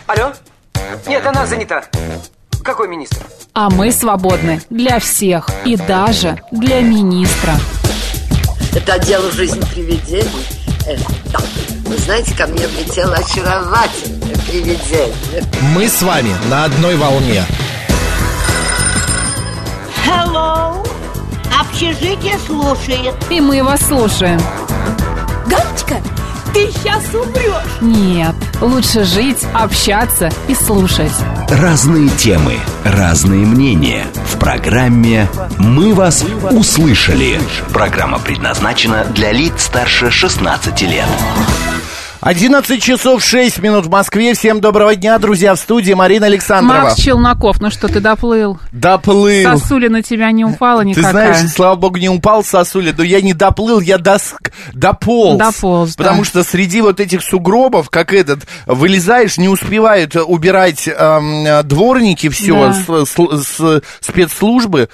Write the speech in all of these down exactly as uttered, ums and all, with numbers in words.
Алло? Нет, она занята. Какой министр? А мы свободны для всех и даже для министра. Это отдел «Жизнь привидений». Э, да. Вы знаете, ко мне влетело очаровательное привидение. Мы с вами на одной волне. Hello. Общежитие слушает. И мы вас слушаем. Галочка, ты сейчас умрешь. Нет, лучше жить, общаться и слушать. Разные темы, разные мнения. В программе «Мы вас услышали». Программа предназначена для лиц старше шестнадцати лет. одиннадцать часов шесть минут в Москве. Всем доброго дня, друзья, в студии Марина Александрова. Макс Челноков, ну что, ты доплыл? Доплыл. Сосуля на тебя не упала никакая. Ты знаешь, слава богу, не упал сосуля, но я не доплыл, я дос... дополз. Дополз, Потому да. что среди вот этих сугробов, как этот, вылезаешь, не успевают убирать эм, дворники, все, Да. с, с, с спецслужбы.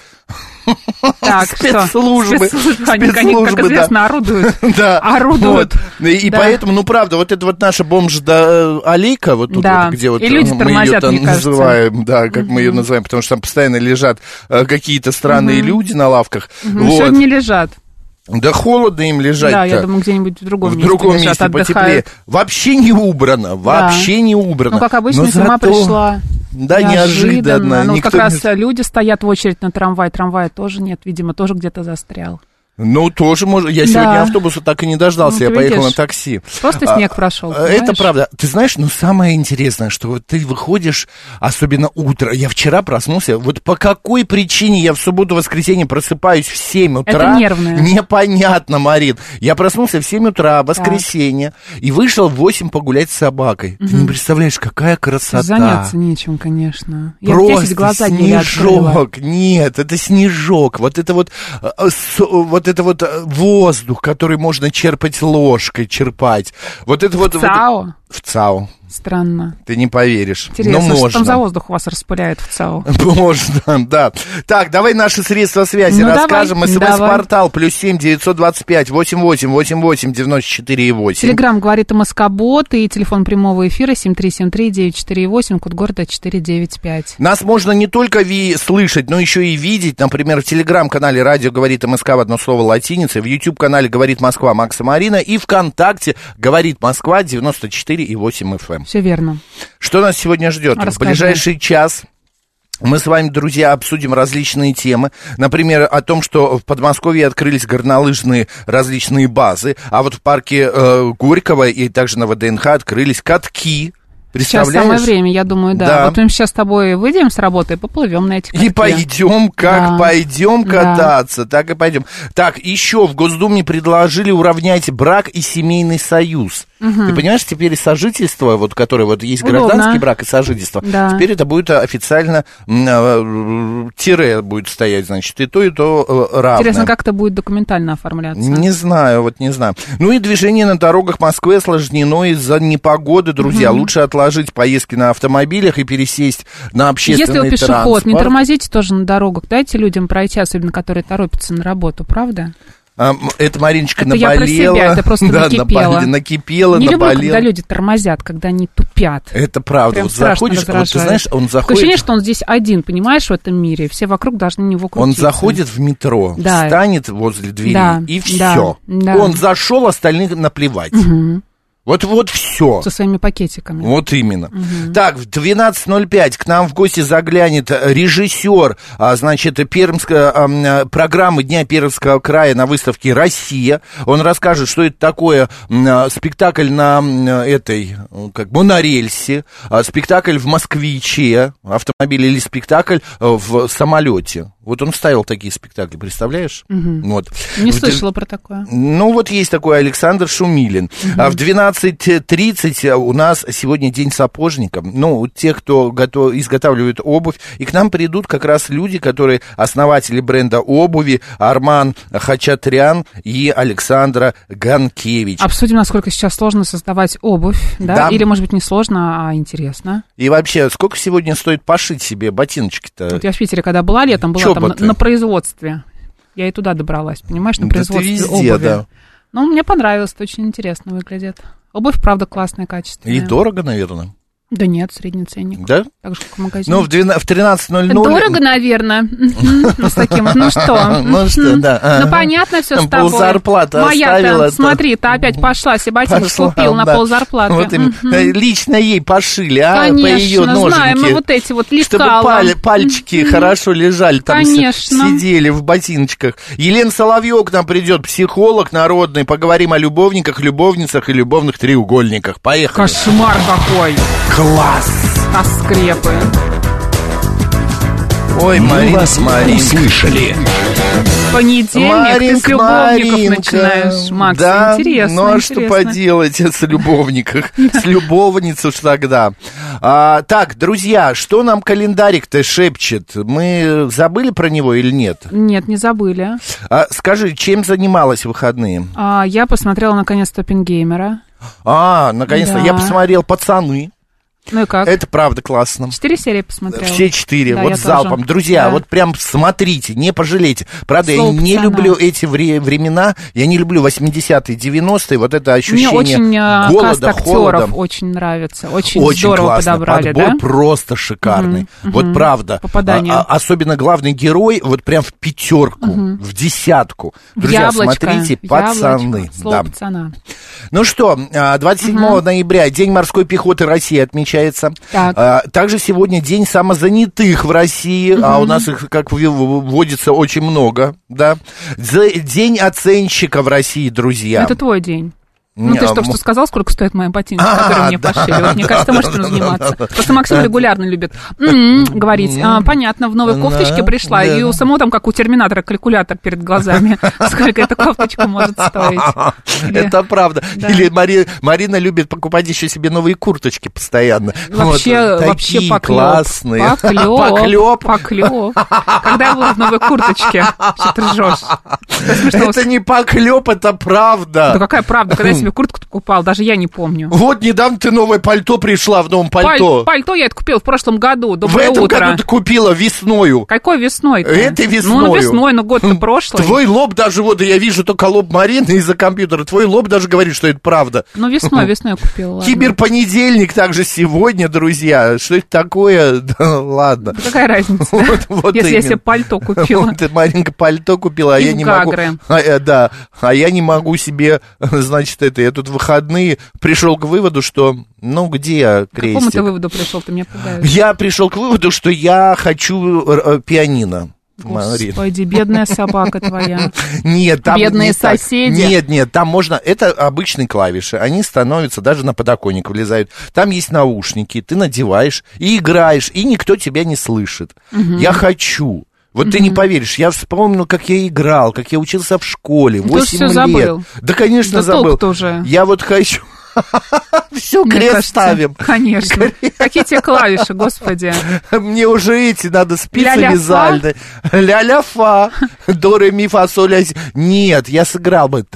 Так, спецслужбы, что? Спецслужбы, они, спецслужбы, как известно, да. орудуют. Да, Орудуют. Вот. И, и Да. поэтому, ну, правда, вот это вот наша бомж-аллейка, вот тут Да. вот, где вот И люди мы тормозят, ее мне кажется. называем, да, как мы ее называем, потому что там постоянно лежат э, какие-то странные люди на лавках. Ну, Вот. сегодня не лежат. Да холодно им лежать-то. Да, я думаю, где-нибудь в другом в месте другом лежат, месте потеплее. отдыхают. Вообще не убрано, вообще не убрано. Ну, как обычно, Но зима зато- пришла. Да, неожиданно. Ну, Никто как раз не- люди стоят в очередь на трамвай. Трамвая тоже нет, видимо, тоже где-то застрял. Ну, тоже может. Я Да. сегодня автобуса так и не дождался, Ну, я ты поехал видишь, на такси. Просто снег прошел, Это понимаешь? правда. Ты знаешь, ну, самое интересное, что вот ты выходишь, особенно утро. Я вчера проснулся, вот по какой причине я в субботу-воскресенье просыпаюсь в семь утра. Это нервное. Непонятно, Марин. Я проснулся в семь утра, воскресенье, и вышел в восемь погулять с собакой. Ты не представляешь, какая красота. Заняться нечем, конечно. Я в Просто десять глаза не открыла. снежок, нет, это снежок, вот это вот, э, с- вот это вот э, воздух, который можно черпать ложкой, черпать, вот это вот... вот- ЦАО? в ЦАО, Странно. ты не поверишь, Интересно, но что можно. там за воздух у вас распыляют в ЦАО? Можно, да. Так, давай наши средства связи Ну, расскажем. давай, СМС-портал плюс семь девятьсот двадцать пять восемьдесят восемь восемьдесят восемь девяносто четыре восемь. Телеграм говорит МСК-бот и телефон прямого эфира семь три семь три девять четыре восемь, код города четыре девять пять. Нас можно не только ви- слышать, но еще и видеть. Например, в телеграм-канале «Радио говорит МСК» в одно слово латиницей, в YouTube-канале «Говорит Москва» Макса Марина и ВКонтакте «Говорит Москва» девяносто четыре и восемь эф эм. Все верно. Что нас сегодня ждет? Расскажи. В ближайший час мы с вами, друзья, обсудим различные темы. Например, о том, что в Подмосковье открылись горнолыжные различные базы, а вот в парке э, Горького и также на вэ дэ эн ха открылись катки. Сейчас самое время, я думаю, да. Да. Вот мы сейчас с тобой выйдем с работы и поплывем на эти катки. И пойдем, как Да. пойдем Да. кататься, так и пойдем. Так, еще в Госдуме предложили уравнять брак и семейный союз. Ты понимаешь, теперь и сожительство, вот, которое вот есть Удобно. гражданский брак и сожительство, Да. теперь это будет официально м, э, тире будет стоять, значит, и то, и то э, равное. Интересно, как это будет документально оформляться? Не знаю, вот не знаю. Ну и движение на дорогах Москвы осложнено из-за непогоды, друзья. Мгм. Лучше отложить поездки на автомобилях и пересесть на общественный Если вы пешеход, транспорт. не тормозите тоже на дорогах. Дайте людям пройти, особенно которые торопятся на работу, правда? А, м, это Мариночка Это я про наболела. себя, это просто да, накипело. наболе- накипело, Не люблю, наболело. когда люди тормозят, когда они тупят. Это правда. Прям Вот страшно заходишь, вот ты раздражает. знаешь, он Такое заходит, ощущение, что он здесь один, понимаешь, в этом мире. Все вокруг должны него он крутиться. заходит в метро, Да. встанет возле двери, Да, и да, все. да. Он зашел, остальных наплевать. Мгм. Вот, вот все. Со своими пакетиками. Вот именно. Так, в двенадцать ноль пять к нам в гости заглянет режиссер, а, значит, пермская, а, программы Дня Пермского края на выставке «Россия». Он расскажет, что это такое м, спектакль на м, этой, как монорельсе, а, спектакль в «Москвиче», автомобиль или спектакль в самолете. Вот он ставил такие спектакли, представляешь? Вот. Не В слышала про такое. Ну, вот есть такой Александр Шумилин. А в двенадцать тридцать у нас сегодня день сапожника. Ну, тех, кто готов, изготавливает обувь. И к нам придут как раз люди, которые основатели бренда обуви, Арман Хачатрян и Александра Ганкевич. Обсудим, насколько сейчас сложно создавать обувь, да? Да. Или, может быть, не сложно, а интересно. И вообще, сколько сегодня стоит пошить себе ботиночки-то? Вот я в Питере, когда была летом, была там на, Чоботы. на производстве. Я и туда добралась, понимаешь, на Да ты производстве везде, обуви. да. Ну, мне понравилось, это очень интересно выглядит. Обувь, правда, классная, качественная. И дорого, наверное. Да нет, средний ценник. Да? Так же, как в магазине. Ну, в, двенадцать, в тринадцать ноль ноль... Дорого, наверное. Ну, с таким вот, ну что? Ну что, да. Ну, понятно все с тобой. Ползарплаты оставила. Моя-то, смотри, ты опять пошла, Себастьян купил на ползарплаты. Вот лично ей пошили, а, по ее ноженьке. Конечно, знаем мы вот эти вот лекала. Чтобы пальчики хорошо лежали, там сидели в ботиночках. Елена Соловьева к нам придет, психолог народный. Поговорим о любовниках, любовницах и любовных треугольниках. Поехали. Кошмар какой. Класс! А скрепы. Ой, Мы Марина, вас Маринка. услышали. Понедельник, Маринка, ты с любовников Маринка. начинаешь, Макс, Да? интересно. Ну а интересно. что поделать с любовниках, с любовниц уж тогда. А, так, друзья, что нам календарик-то шепчет? Мы забыли про него или нет? Нет, не забыли. А, скажи, чем занималась в выходные? А, я посмотрела наконец-то Оппенгеймера. А, наконец-то, Да. я посмотрел «Пацаны». Ну и как? Это правда классно. Четыре серии посмотрела. Все четыре, Да, вот я залпом. тоже. Друзья, Да. вот прям смотрите, не пожалейте. Правда, Слово я не пацана. люблю эти вре- времена, я не люблю восьмидесятые, девяностые, вот это Мне ощущение очень а, каст голода, актеров холода. очень нравится. Очень, Очень здорово классно, подобрали, подбор да? просто шикарный. Мгм, Вот мгм. правда. Попадание. А- а- особенно главный герой, вот прям в пятерку, в десятку. В Друзья, яблочко, смотрите, в пацаны. яблочко. Слово Да. пацана. Ну что, а, двадцать седьмого ноября День морской пехоты России отмечается. Так. А, Также сегодня День самозанятых в России, а у нас их, как в- водится, очень много, да. За- День оценщика в России, друзья. Это твой день. Ну, Не, ты же а только м- что сказал, сколько стоят мои ботинки, А, которые мне да, пошили. Вот, мне да, кажется, да, можешь этим да, заниматься. да, да. Просто Максим регулярно любит м-м, говорить. А, понятно, в новой Да, кофточке пришла, да. и у самого там, как у терминатора, калькулятор перед глазами, сколько эта кофточка может стоить. Или- Это правда. Да. Или Мари- Марина любит покупать еще себе новые курточки постоянно. Вообще, Вот, вообще такие поклёп. классные. Поклёп. Поклёп. Поклёп. Когда я была в новой курточке? Что ты ржёшь? Это смешно. Это не поклеп, это правда. Да какая правда, когда я себе куртку покупал, даже я не помню. Вот недавно ты новое пальто пришла в новом пальто. Паль- пальто я это купила в прошлом году. В Доброе этом утро. году ты купила весною. Какой весной-то? Этой весною. Ну, весной, но год-то прошлый. Твой лоб даже, вот я вижу только лоб Марины из-за компьютера, твой лоб даже говорит, что это правда. Ну, весной, весной я купила, ладно. Киберпонедельник также сегодня, друзья. Что это такое? Да, ладно. Да какая разница, Вот- вот если я именно. себе пальто купила? Вот ты, Маринка, пальто купила, а И я в не могу... Гагры. А, э, да, а я не могу себе, значит, это, я тут в выходные пришел к выводу, что, ну, где я, К какому ты крестик? выводу пришел? Ты меня пугаешь. Я пришел к выводу, что я хочу э, пианино. Марин. Господи, бедная собака твоя. Нет, там Бедные не так. соседи. Нет, нет, там можно... Это обычные клавиши. Они становятся, даже на подоконник влезают. Там есть наушники, ты надеваешь и играешь, и никто тебя не слышит. Я хочу. Вот ты не поверишь, я вспомнил, как я играл, как я учился в школе, Ты восемь всё лет. забыл. Да, конечно, Да забыл. толку-то уже. Я вот хочу... Все, Мне крест кажется, ставим. Конечно. Какие те клавиши, господи. Мне уже эти надо спицы Ля-ля-фа? вязальные. Ля-ля-фа. До, ре, ми, фа, соль, ля, си. Нет, я сыграл бы.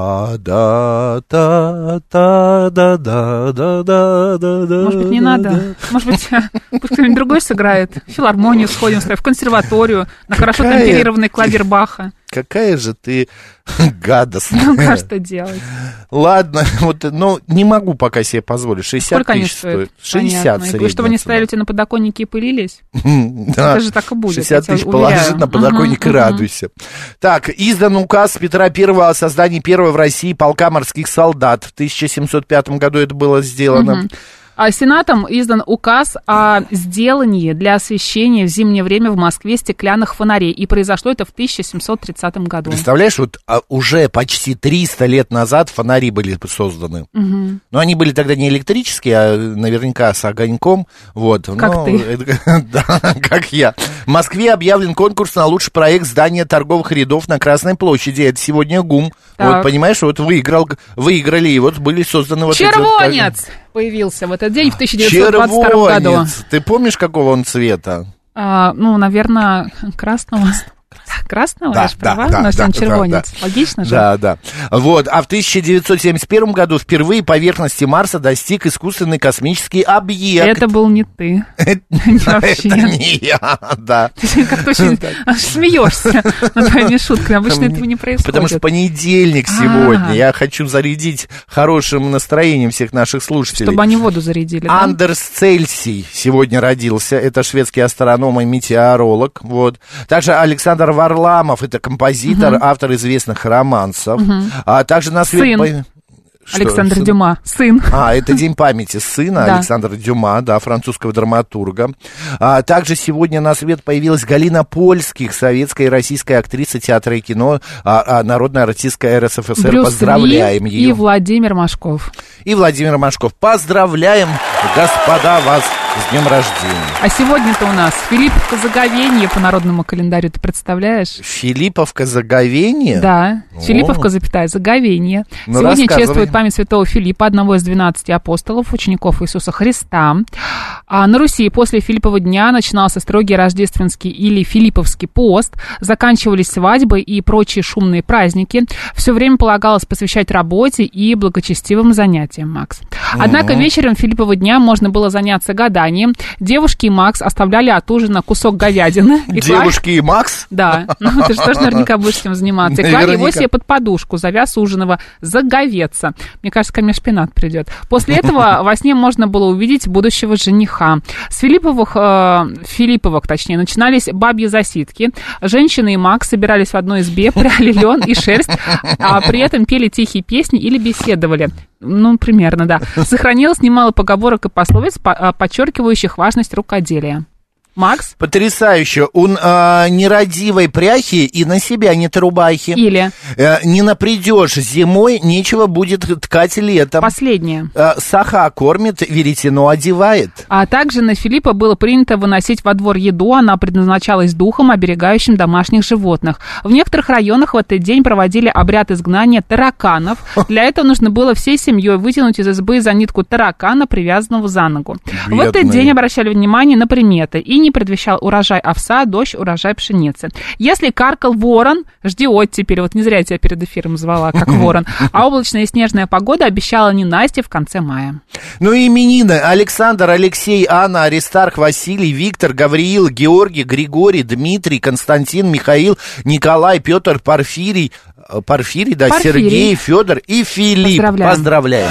Та-да-та-та-да-да-да-да-да. Может быть, не надо? Может быть, пусть кто-нибудь другой сыграет? В филармонию сходим, в консерваторию, на хорошо Какая темперированный клавир Баха. Какая же ты гадостная. Ну, как что делать? Ладно, вот, ну, не могу пока себе позволить. шестьдесят Сколько они тысяч стоит. стоят? шестьдесят Понятно. И вы, чтобы они стояли у тебя на подоконнике и пылились? Да. Это же так и будет, шестьдесят я тысяч тебя положи уверяю. на подоконник Мгм, и мгм. радуйся. Так, издан указ Петра Первого о создании первого в России полка морских солдат. В тысяча семьсот пятом году это было сделано. Мгм. А Сенатом издан указ о сделании для освещения в зимнее время в Москве стеклянных фонарей. И произошло это в тысяча семьсот тридцатом году. Представляешь, вот а, уже почти триста лет назад фонари были созданы. Мгм. Но они были тогда не электрические, а наверняка с огоньком. Вот. Как Но ты. это- да, как я. В Москве объявлен конкурс на лучший проект здания торговых рядов на Красной площади. Это сегодня ГУМ. Так. Вот, понимаешь, вот выиграл, выиграли, и вот были созданы вот эти вот, Червонец появился в этот день в тысяча девятьсот двадцать втором году. Червонец. Ты помнишь, какого он цвета? А, ну, наверное, красного. красного, Да, я же да, права, да, у нас да, он да, червонец. да. Логично же? Да, да. Вот. А в тысяча девятьсот семьдесят первом году впервые поверхности Марса достиг искусственный космический объект. Это был не ты. Вообще. Это не я, да. Ты как-то очень смеешься над твоими шутками. Обычно этого не происходит. Потому что понедельник сегодня. Я хочу зарядить хорошим настроением всех наших слушателей. Чтобы они воду зарядили, да? Андерс Цельсий сегодня родился. Это шведский астроном и метеоролог. Вот. Также Александр Варламов. Это композитор, угу. автор известных романсов. Угу. А также на свет... Сын. Что? Александр Сын? Дюма, сын. А, это день памяти сына да. Александра Дюма, да, французского драматурга. А, также сегодня на свет появилась Галина Польских, советская и российская актриса театра и кино, а, а, народная артистка эр эс эф эс эр. Брюс Поздравляем Ли ее. И Владимир Машков. И Владимир Машков. Поздравляем, господа, вас с днем рождения. А сегодня-то у нас Филипповка Заговенье по народному календарю, ты представляешь? Филипповка Заговенье? Да, О. Филипповка, запятая, Заговенье. Ну, сегодня чествует память святого Филиппа, одного из двенадцати апостолов, учеников Иисуса Христа. А на Руси после Филиппова дня начинался строгий рождественский или Филипповский пост, заканчивались свадьбы и прочие шумные праздники. Все время полагалось посвящать работе и благочестивым занятиям, Макс. Однако угу. вечером Филиппова дня можно было заняться гаданием. Девушки и Макс оставляли от ужина кусок говядины. И Девушки клали... и Макс? Да, ну ты что ж наверняка будешь этим заниматься. И клали его себе под подушку, зовя суженого заговеться. Мне кажется, ко мне шпинат придет. После этого во сне можно было увидеть будущего жениха. С Филипповых, э, Филипповок, точнее, начинались бабьи засидки. Женщины и Макс собирались в одной избе, пряли лен и шерсть, а при этом пели тихие песни или беседовали. Ну, примерно, да. Сохранилось немало поговорок и пословиц, подчеркивающих важность рукоделия. Макс? Потрясающе. У э, нерадивой пряхи и на себя нет рубахи. Или? Э, не напридешь зимой, нечего будет ткать летом. Последнее. Э, саха кормит, веретено одевает. А также на Филиппа было принято выносить во двор еду. Она предназначалась духом, оберегающим домашних животных. В некоторых районах в этот день проводили обряд изгнания тараканов. Для этого нужно было всей семьей вытянуть из избы за нитку таракана, привязанного за ногу. Бедные. В этот день обращали внимание на приметы. И не предвещал урожай овса, дождь, урожай пшеницы. Если каркал ворон, жди оттепели. Вот не зря я тебя перед эфиром звала, как ворон. А облачная и снежная погода обещала ненастье в конце мая. Ну и именины. Александр, Алексей, Анна, Аристарх, Василий, Виктор, Гавриил, Георгий, Григорий, Дмитрий, Константин, Михаил, Николай, Петр, Порфирий, Порфирий, да, Порфирий. Сергей, Федор и Филипп. Поздравляем. Поздравляем.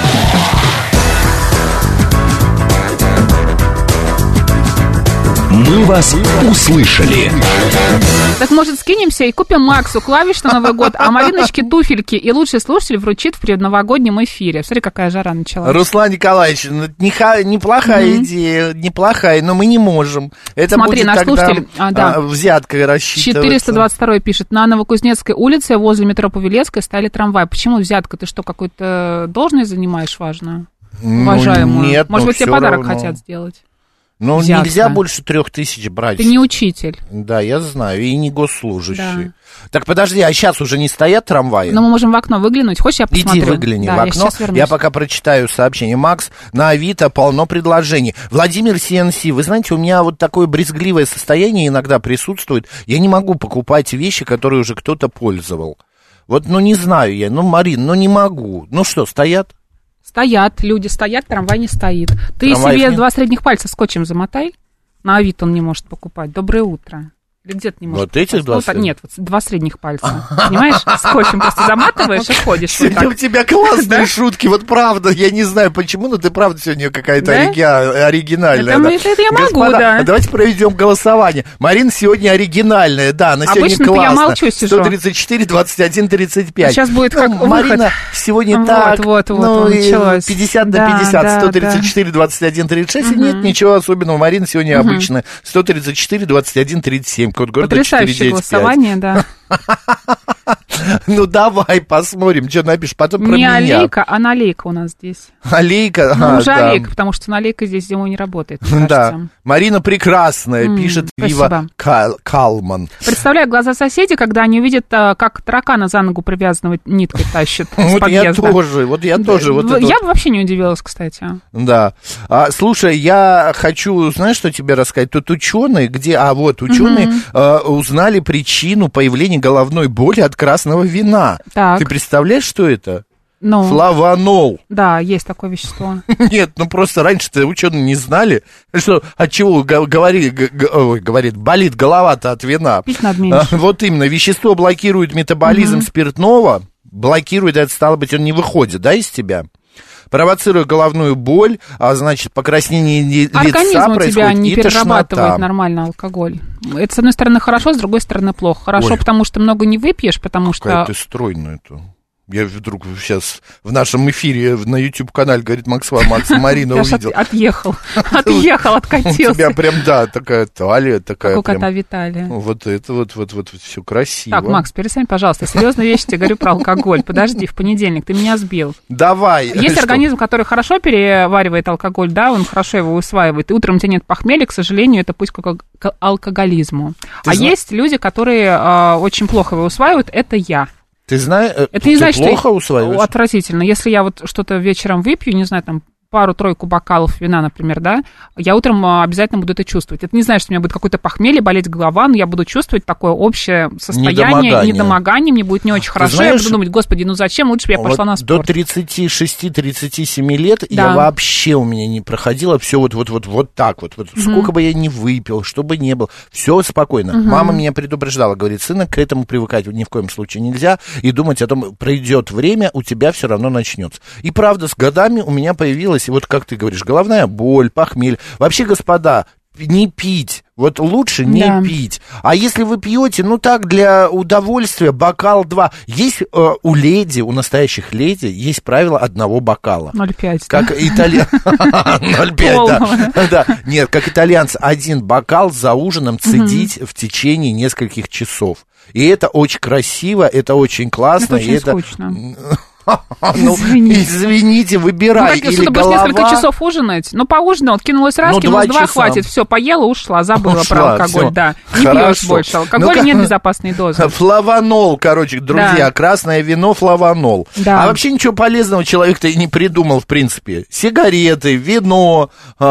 Мы вас услышали. Так, может, скинемся и купим Максу клавиш на Новый год, а Мариночке туфельки, и лучший слушатель вручит в предновогоднем эфире. Смотри, какая жара началась. Руслан Николаевич, ну, неха, неплохая mm-hmm. идея, неплохая, но мы не можем. Это Смотри, будет наш тогда слушатель, а, да. а, взяткой рассчитываться. четыреста двадцать два пишет, на Новокузнецкой улице возле метро Павелецкой стояли трамваи. Почему взятка? Ты что, какую-то должность занимаешь важную? Ну, уважаемую? нет, Может ну, быть, тебе подарок равно. хотят сделать? Ну, Взятка. Нельзя больше трех тысяч брать. Ты не учитель. Да, я знаю, и не госслужащий. Да. Так, подожди, а сейчас уже не стоят трамваи? Но мы можем в окно выглянуть. Хочешь, я посмотрю? Иди выгляни да, в окно. Я, я пока прочитаю сообщение. Макс, на Авито полно предложений. Владимир Си Эн Си, вы знаете, у меня вот такое брезгливое состояние иногда присутствует. Я не могу покупать вещи, которые уже кто-то пользовал. Вот, ну, не знаю я. Ну, Марин, ну, не могу. Ну, что, стоят? Стоят, люди стоят, трамвай не стоит. Ты Трамваев себе нет? два средних пальца скотчем замотай. На Авито он не может покупать. Доброе утро. Или где-то не может Вот этих два ну, средних? Нет, вот два средних пальца. Понимаешь? Скотчем просто заматываешь и ходишь. Вот Сегодня так. у тебя классные шутки, вот правда, я не знаю почему, но ты правда сегодня какая-то Да? ориги... оригинальная. Это, да. мы- это я могу, Господа, да. давайте проведем голосование. Марина сегодня оригинальная, да, она сегодня Обычно-то я классно. молчу, сижу. сто тридцать четыре двадцать один тридцать пять. Сейчас будет Ну, как Марина выход. сегодня Вот, так, вот, вот, ну, и началось. пятьдесят на Да, пятьдесят, да, сто тридцать четыре двадцать один тридцать шесть, Мгм. нет ничего особенного. Марина сегодня обычно сто тридцать четыре двадцать один тридцать семь, код города Потрясающее четыреста девяносто пять. голосование, да. Ну, давай посмотрим, что напишешь. Потом про не меня. Не аллейка, а налейка у нас здесь. Аллейка? Ну, а, уже да. аллейка, потому что налейка здесь зимой не работает, мне Да. кажется. Марина прекрасная, М, пишет спасибо. Вива Кал- Калман. Представляю глаза соседей, когда они увидят, как таракана за ногу привязанного ниткой тащат из Вот я подъезда. тоже, вот я тоже. Вот это Я вот. бы вообще не удивилась, кстати. Да. А, слушай, я хочу, знаешь, что тебе рассказать? Тут ученые, где, а вот ученые Мгм. а, узнали причину появления головной боли от красного вина. Так. Ты представляешь, что это? Ну, Флавонол. да, есть такое вещество. Нет, ну просто раньше-то ученые не знали, что от чего г- говорили, г- г- ой, говорит, болит голова-то от вина. Пить надо меньше. А, вот именно, вещество блокирует метаболизм спиртного, блокирует, это стало быть, он не выходит, да, из тебя? Провоцируя головную боль, а значит, покраснение ли- лица Организм у тебя происходит не и перерабатывает тошнота. нормально алкоголь. Это, с одной стороны, хорошо, с другой стороны, плохо. Хорошо, Ой. потому что много не выпьешь, потому Какая что... ты стройная-то. Я вдруг сейчас в нашем эфире на YouTube-канале, говорит, Макс, Макс Марина Я ж от- увидел. отъехал, отъехал, У откатился. тебя прям, да, такая талия, такая Как у прям... кота Виталия. Вот это вот, вот, вот, все красиво. Так, Макс, перестань, пожалуйста. Серьезные вещи тебе говорю про алкоголь. Подожди, в понедельник ты меня сбил. Давай. Есть Что? организм, который хорошо переваривает алкоголь, да, он хорошо его усваивает. И утром у тебя нет похмелья, к сожалению, это путь к алко- к алкоголизму. Ты а зна- есть люди, которые э, очень плохо его усваивают, это я. Ты знаешь, э, Это не ты значит, плохо что усваиваешь? отвратительно. Если я вот что-то вечером выпью, не знаю, там пару-тройку бокалов вина, например, да, я утром а, обязательно буду это чувствовать. Это не значит, что у меня будет какое-то похмелье, болеть голова, но я буду чувствовать такое общее состояние, Недомогание. недомогание, мне будет не очень хорошо, знаешь, я буду думать, господи, ну зачем, лучше бы я пошла Вот на до спорт. тридцати шести тридцати семи лет Да. я вообще у меня не проходило все вот, вот, вот, вот так вот. вот сколько бы я ни выпил, что бы ни было, все спокойно. Мама меня предупреждала, говорит, сына, к этому привыкать ни в коем случае нельзя, и думать о том, пройдет время, у тебя все равно начнется. И правда, с годами у меня появилась, вот как ты говоришь, головная боль, похмелье. Вообще, господа, не пить. Вот лучше не Да. пить. А если вы пьете, ну так, для удовольствия, бокал два. Есть э, у леди, у настоящих леди, есть правило одного бокала. ноль пять, да? Как итальянцы... ноль пять, Полного. да. Нет, как итальянцы, один бокал за ужином цедить в течение нескольких часов. И это очень красиво, это очень классно. Это очень и это... скучно. Ну, Извините. извините, Ну, выбирай. как, или что ты будешь голова... несколько часов ужинать? Ну, поужинала, кинулась раз, Ну, кинулась два два, часа. хватит, все, поела, ушла, забыла Ушла, про алкоголь, всё. да. Не Хорошо. пьешь больше. Алкоголя Ну-ка. нет безопасной дозы. Флавонол, короче, друзья, Да. красное вино, флавонол. Да. А вообще ничего полезного человек-то и не придумал, в принципе. Сигареты, вино,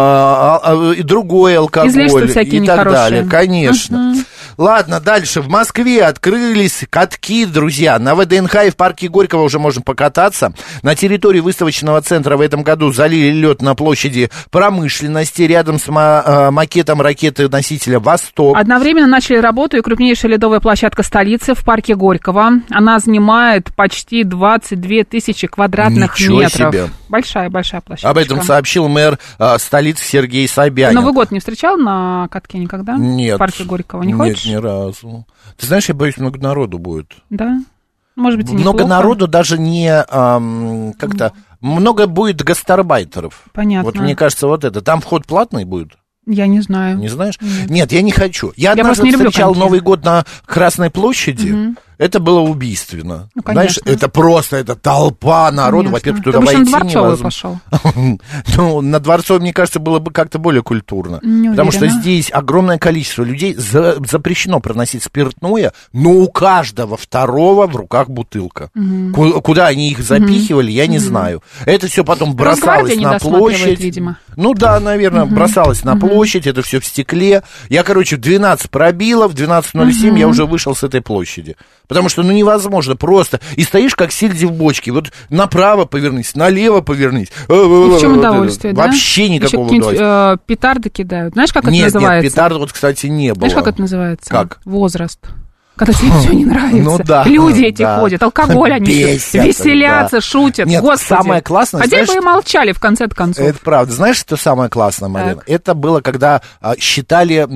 а, а, и другой алкоголь Излишества всякие и так нехорошие. далее, конечно. Ладно, дальше. В Москве открылись катки, друзья. На ВДНХ и в парке Горького уже можно покататься. На территории выставочного центра в этом году залили лед на площади промышленности рядом с ма- э, макетом ракеты-носителя «Восток». Одновременно начали работу и крупнейшая ледовая площадка столицы в парке Горького. Она занимает почти двадцать две тысячи квадратных Ничего метров. себе. Большая-большая площадка. Об этом сообщил мэр э, столицы Сергей Собянин. Новый год не встречал на катке никогда? Нет. В парке Горького не Нет, хочешь? ни разу. Ты знаешь, я боюсь, много народу будет. Да? Может быть, и Много неплохо. народу даже не ам, как-то... Много будет гастарбайтеров. Понятно. Вот мне кажется, вот это. Там вход платный будет? Я не знаю. Не знаешь? Нет. Нет, я не хочу. Я, Я однажды просто не люблю встречал коньки. Новый год на Красной площади. Это было убийственно. Ну, Знаешь, конечно. это просто, это толпа народу. Конечно. Во-первых, Ты туда бы еще на войти Дворцовую невозможно. пошел. Ну, на Дворцовой, мне кажется, было бы как-то более культурно. Не Потому что уверена. здесь огромное количество людей. За- запрещено проносить спиртное, но у каждого второго в руках бутылка. Ку- Куда они их запихивали, я не знаю. Это все потом бросалось Росгвардия не на досматривает, площадь. видимо. Ну да, наверное, бросалось на площадь, это все в стекле. Я, короче, в двенадцать пробила, в двенадцать ноль семь я уже вышел с этой площади. Потому что, ну, невозможно просто. И стоишь, как сельди в бочке. Вот направо повернись, налево повернись. И в чем удовольствие, да? Вообще никакого Еще удовольствия. какие-нибудь э, петарды кидают. Знаешь, как Нет, это называется? нет, петард вот, кстати, не было. Знаешь, как это называется? Как? Возраст. Когда тебе все не нравится. Ну да, Люди эти да. ходят, алкоголь они пьют, Бесят, веселятся, да. шутят. Нет, Господи. самое классное, Хотя знаешь, бы и молчали в конце концов. Это правда. Знаешь, что самое классное, Марина? Так. Это было, когда а, считали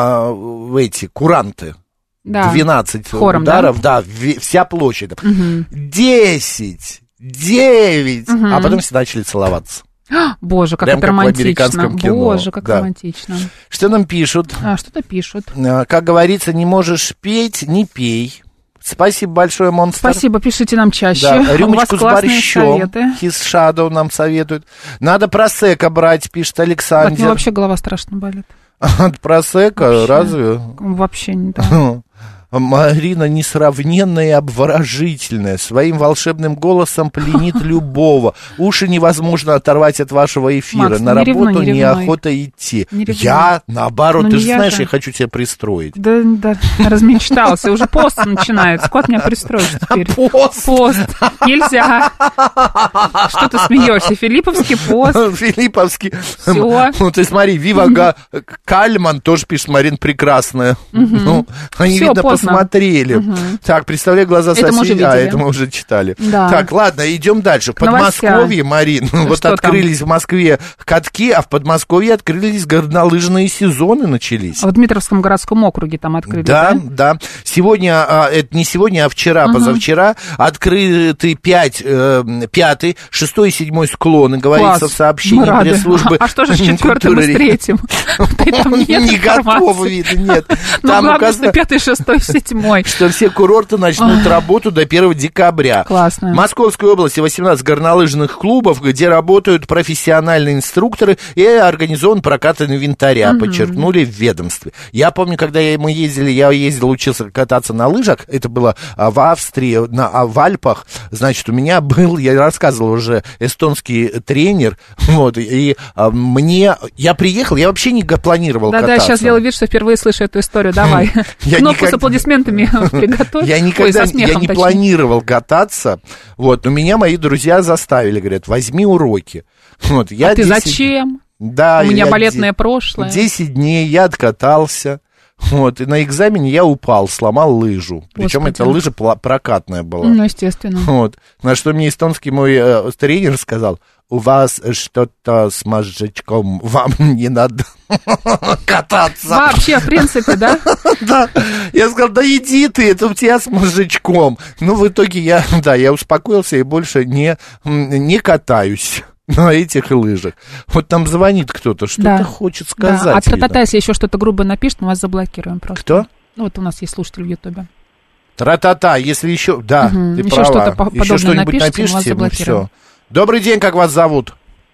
а, эти куранты. Да. двенадцать Хором, ударов, да, ве- вся площадь. десять, девять, а потом все начали целоваться. Боже, как Прям это как в романтично. американском кино. Боже, как Да. романтично. Что нам пишут? А, что-то пишут. А, Как говорится, не можешь петь, не пей. Спасибо большое, Монстр. Спасибо, пишите нам чаще. Да, рюмочку с борщом. Советы. His Shadow нам советует. Надо просека брать, пишет Александр. От него вообще голова страшно болит. От просека? Вообще. Разве? Вообще не так. Марина несравненная и обворожительная, своим волшебным голосом пленит любого. Уши невозможно оторвать от вашего эфира. Макс, на не работу ревнуй, не неохота идти. Не я, наоборот, ну, ты не же я знаешь, же. я хочу тебя пристроить. Да, да, размечтался. Уже пост начинается. Кот меня пристроишь теперь. Пост? Пост. Нельзя. Что ты смеешься? Филипповский пост. Филипповский. Всё. Ну, ты смотри, Вива Га- Кальман тоже пишет, Марин прекрасная. Ну, они, Всё, видно, поздно. посмотрели. Угу. Так, представляю глаза Это мы уже соседей. А, видели. это мы уже читали. Да. Так, ладно, идем дальше. В Подмосковье, Марин, вот Что открылись в Москве катки, а в Подмосковье открылись горнолыжные сезоны, начались. А в Дмитровском городском округе там открыли, Да, да? да. Сегодня, а, это не сегодня, а вчера, Угу. позавчера, открыты пять, э, пятый, шестой и седьмой склоны, говорится Класс. в сообщении Мы рады. пресс-службы. А что же с четвертым и с третьим? Там нет Не готовы, информации. видно, нет. Ну, Там главное, указано, что пятый, шестой, седьмой. что все курорты начнут работу до первого декабря. Классно. В Московской области восемнадцать горнолыжных клубов, где работают профессиональные инструкторы и организован прокат инвентаря, Мгм. подчеркнули в ведомстве. Я помню, когда я- мы ездили, я ездил, учился кататься на лыжах, это было а, в Австрии, на, а, в Альпах, значит, у меня был, я рассказывал уже, эстонский тренер, вот, и а, мне, я приехал, я вообще не га- планировал Да-да, кататься. сейчас делаю вид, что впервые слышу эту историю. Давай. Я Кнопку никак- с аплодисментами приготовь. Я Ой, никогда со смехом, я не точнее. планировал кататься, вот, но меня мои друзья заставили, говорят, возьми уроки. Вот, я А ты десять зачем? Да, У меня я балетное де- прошлое. десять дней я откатался, вот, и на экзамене я упал, сломал лыжу. Причем Господи. эта лыжа пла- прокатная была. Ну, естественно. Вот. На что мне эстонский мой э, тренер сказал: у вас что-то с мозжечком, вам не надо кататься. Вообще, в принципе, да? Да, я сказал, да иди ты, это у тебя с мозжечком. Ну, в итоге я, да, я успокоился и больше не, не катаюсь на этих лыжах. Вот там звонит кто-то, что-то Да. хочет Да. сказать. А видно. Тра-та-та, если еще что-то грубое напишет, мы вас заблокируем просто. Кто? Ну, вот у нас есть слушатель в Ютубе. Тра-та-та, если еще, да, Мгм. ты Еще права. что-то по- Еще подобное что-нибудь напишите, мы вас напишите, ну заблокируем. все. Добрый день, как вас зовут?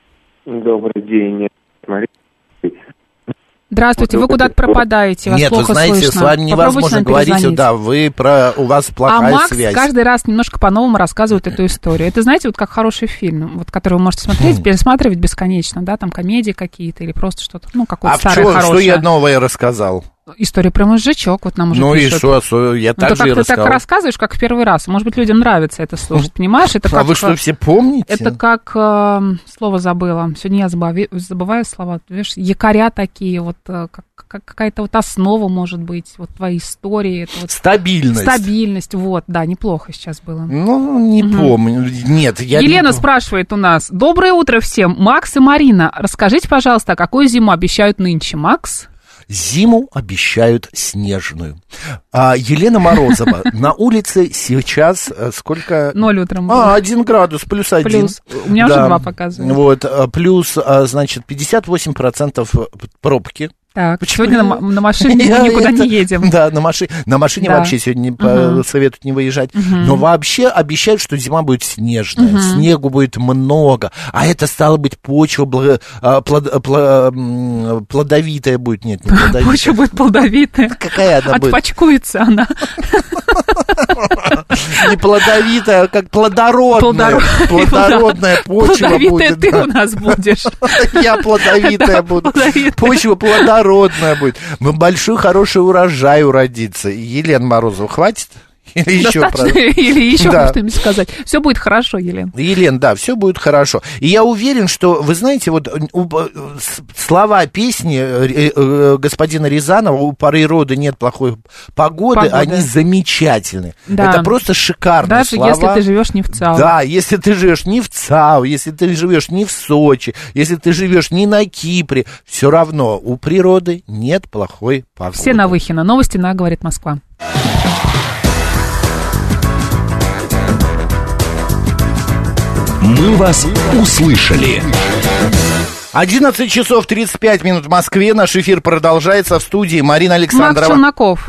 Добрый день. Смотри. Здравствуйте, вы Вот куда-то это- пропадаете, вас Нет, вы плохо знаете, слышно. с вами Попробуйте невозможно нам говорить, перезвонить. да, вы про, у вас А плохая Макс связь. каждый раз немножко по-новому рассказывает эту историю. Это, знаете, вот как хороший фильм, вот, который вы можете смотреть, пересматривать бесконечно, да, там комедии какие-то или просто что-то, ну, какое-то А старое, что, хорошее. что я новое рассказал? История про мозжечок, вот нам уже Ну и пишут. что, что, я Ну, так то, же и как ты рассказал. так рассказываешь, как в первый раз. Может быть, людям нравится это слушать, понимаешь? Это А как, вы что, все помните? Это как, э, слово забыла, сегодня я забави- забываю слова, видишь, якоря такие, вот э, как, как какая-то вот основа, может быть, вот твоей истории. Это вот Стабильность. стабильность, вот, да, неплохо сейчас было. Ну, не Мгм. помню. Нет, я Елена не... спрашивает у нас: доброе утро всем, Макс и Марина, расскажите, пожалуйста, а какую зиму обещают нынче, Макс? Зиму обещают снежную. А, Елена Морозова. На улице сейчас э, сколько? Ноль утром. А, было. один градус, плюс один. Плюс. У меня уже два показывает. Вот, а, плюс, а, значит, пятьдесят восемь процентов пробки. Так, Почему? сегодня на, м- на машине Я мы никуда это- не едем. Да, на, маши... на машине Да. вообще сегодня не по- Мгм. советуют не выезжать. Мгм. Но вообще обещают, что зима будет снежная. Мгм. Снегу будет много. А это стало быть почва благо- а, плод- пла- м, плодовитая будет. Нет, не плодовитая. Почва будет плодовитая. Какая она будет? Отпачкуется она. Не плодовитая, а как плодородная. Плодоро- Плодородная почва Плодовитая будет. ты да. у нас будешь. Я плодовитая Да, буду. плодовитая. Почва плодородная будет. Большой хороший урожай уродится. Елена Морозова, хватит? Или еще Достаточно про- или еще Да. что-нибудь сказать. Все будет хорошо, Елена. Елена, да, все будет хорошо. И я уверен, что, вы знаете, вот у- с- слова песни э, э, господина Рязанова «У природы нет плохой погоды», Погода. они замечательны. Да. Это просто шикарные Даже слова. если ты живешь не в ЦАО. Да, если ты живешь не в ЦАО, если ты живешь не в Сочи, если ты живешь не на Кипре, все равно у природы нет плохой погоды. Все на Выхино. Новости на «Говорит Москва». Мы вас услышали. одиннадцать часов тридцать пять минут в Москве. Наш эфир продолжается. В студии Марина Александрова. Макс Челноков.